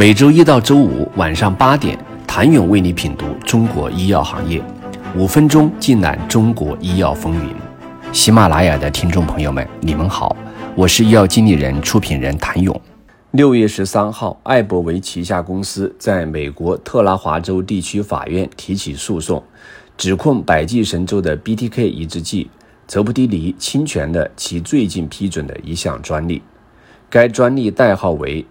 每周一到周五晚上8点，谭勇为你品读中国医药行业，5分钟尽览中国医药风云。喜马拉雅的听众朋友们，你们好，我是医药经理人、出品人谭勇。6月13号，艾伯维旗下公司在美国特拉华州地区法院提起诉讼，指控百济神州的 BTK 抑制剂泽布替尼侵权了其最近批准的一项专利。该专利代号为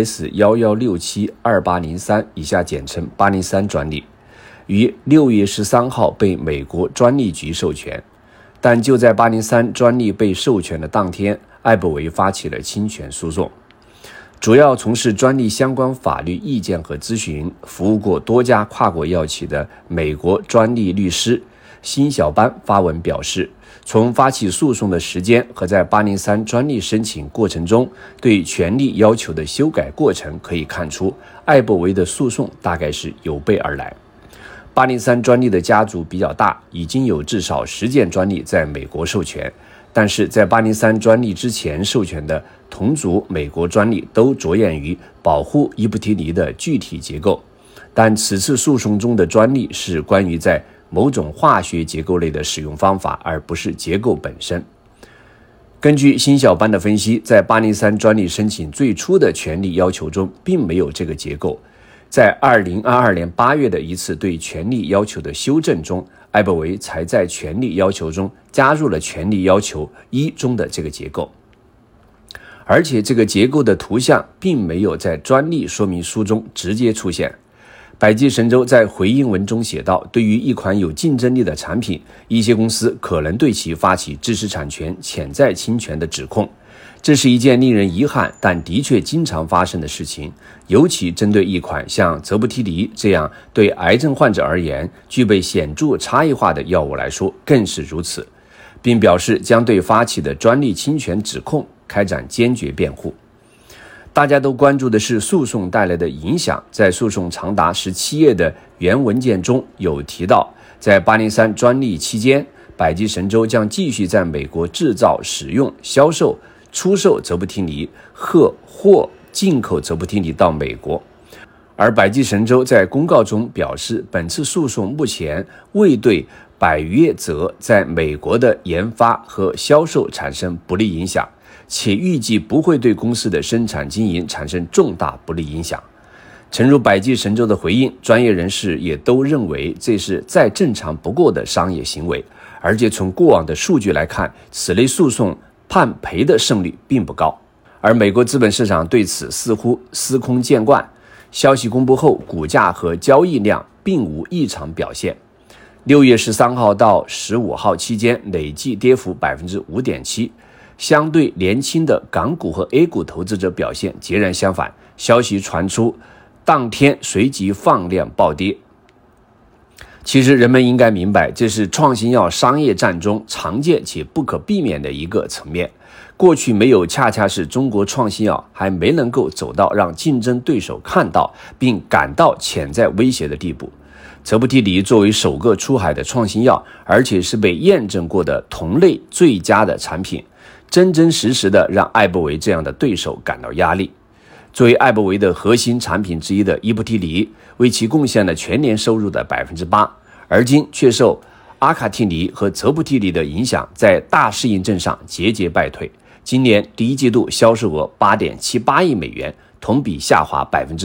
US11672803， 以下简称803专利，于6月13号被美国专利局授权。但就在803专利被授权的当天，艾伯维发起了侵权诉讼。主要从事专利相关法律意见和咨询，服务过多家跨国药企的美国专利律师辛小班发文表示，从发起诉讼的时间和在803专利申请过程中对权利要求的修改过程可以看出，艾伯维的诉讼大概是有备而来。803专利的家族比较大，已经有至少10件专利在美国授权，但是在803专利之前授权的同族美国专利都着眼于保护伊布替尼的具体结构，但此次诉讼中的专利是关于在某种化学结构类的使用方法，而不是结构本身。根据辛小班的分析，在803专利申请最初的权利要求中并没有这个结构，在2022年8月的一次对权利要求的修正中，艾伯维才在权利要求中加入了权利要求1中的这个结构，而且这个结构的图像并没有在专利说明书中直接出现。百济神州在回应文中写道，对于一款有竞争力的产品，一些公司可能对其发起知识产权潜在侵权的指控，这是一件令人遗憾但的确经常发生的事情，尤其针对一款像泽布替尼这样对癌症患者而言具备显著差异化的药物来说更是如此，并表示将对发起的专利侵权指控开展坚决辩护。大家都关注的是诉讼带来的影响，在诉讼长达17页的原文件中有提到，在803专利期间，百济神州将继续在美国制造、使用、销售、出售泽布替尼或进口泽布替尼到美国。而百济神州在公告中表示，本次诉讼目前未对百余业泽在美国的研发和销售产生不利影响，且预计不会对公司的生产经营产生重大不利影响。诚如百济神州的回应，专业人士也都认为这是再正常不过的商业行为，而且从过往的数据来看，此类诉讼判赔的胜率并不高。而美国资本市场对此似乎司空见惯，消息公布后，股价和交易量并无异常表现。6月13号到15号期间累计跌幅 5.7%，相对年轻的港股和 A 股投资者表现截然相反，消息传出当天随即放量暴跌。其实人们应该明白，这是创新药商业战中常见且不可避免的一个层面。过去没有，恰恰是中国创新药还没能够走到让竞争对手看到并感到潜在威胁的地步。泽布替尼作为首个出海的创新药，而且是被验证过的同类最佳的产品，真真实实的让艾伯维这样的对手感到压力。作为艾伯维的核心产品之一的伊布替尼，为其贡献了全年收入的 8%， 而今却受阿卡替尼和泽布替尼的影响，在大适应症上节节败退。今年第一季度销售额 8.78 亿美元，同比下滑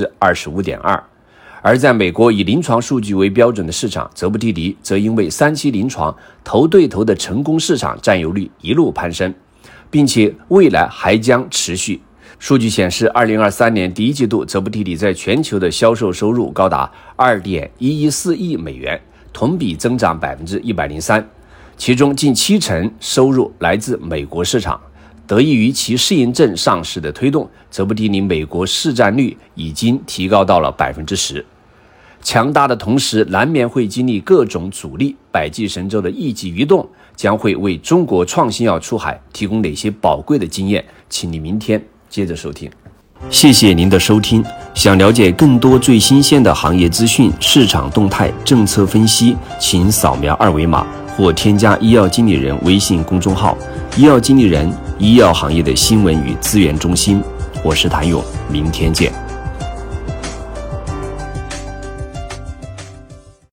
25.2%。而在美国以临床数据为标准的市场，泽布替尼则因为3期临床头对头的成功市场占有率一路攀升，并且未来还将持续。数据显示，2023年第一季度，泽布替尼在全球的销售收入高达 2.114 亿美元，同比增长 103%， 其中近70%收入来自美国市场。得益于其适应症上市的推动，泽布替尼美国市占率已经提高到了 10%。强大的同时，难免会经历各种阻力。百济神州的一举一动将会为中国创新药出海提供哪些宝贵的经验？请你明天接着收听。谢谢您的收听。想了解更多最新鲜的行业资讯、市场动态、政策分析，请扫描2维码或添加医药经理人微信公众号“医药经理人”，医药行业的新闻与资源中心。我是谭勇，明天见。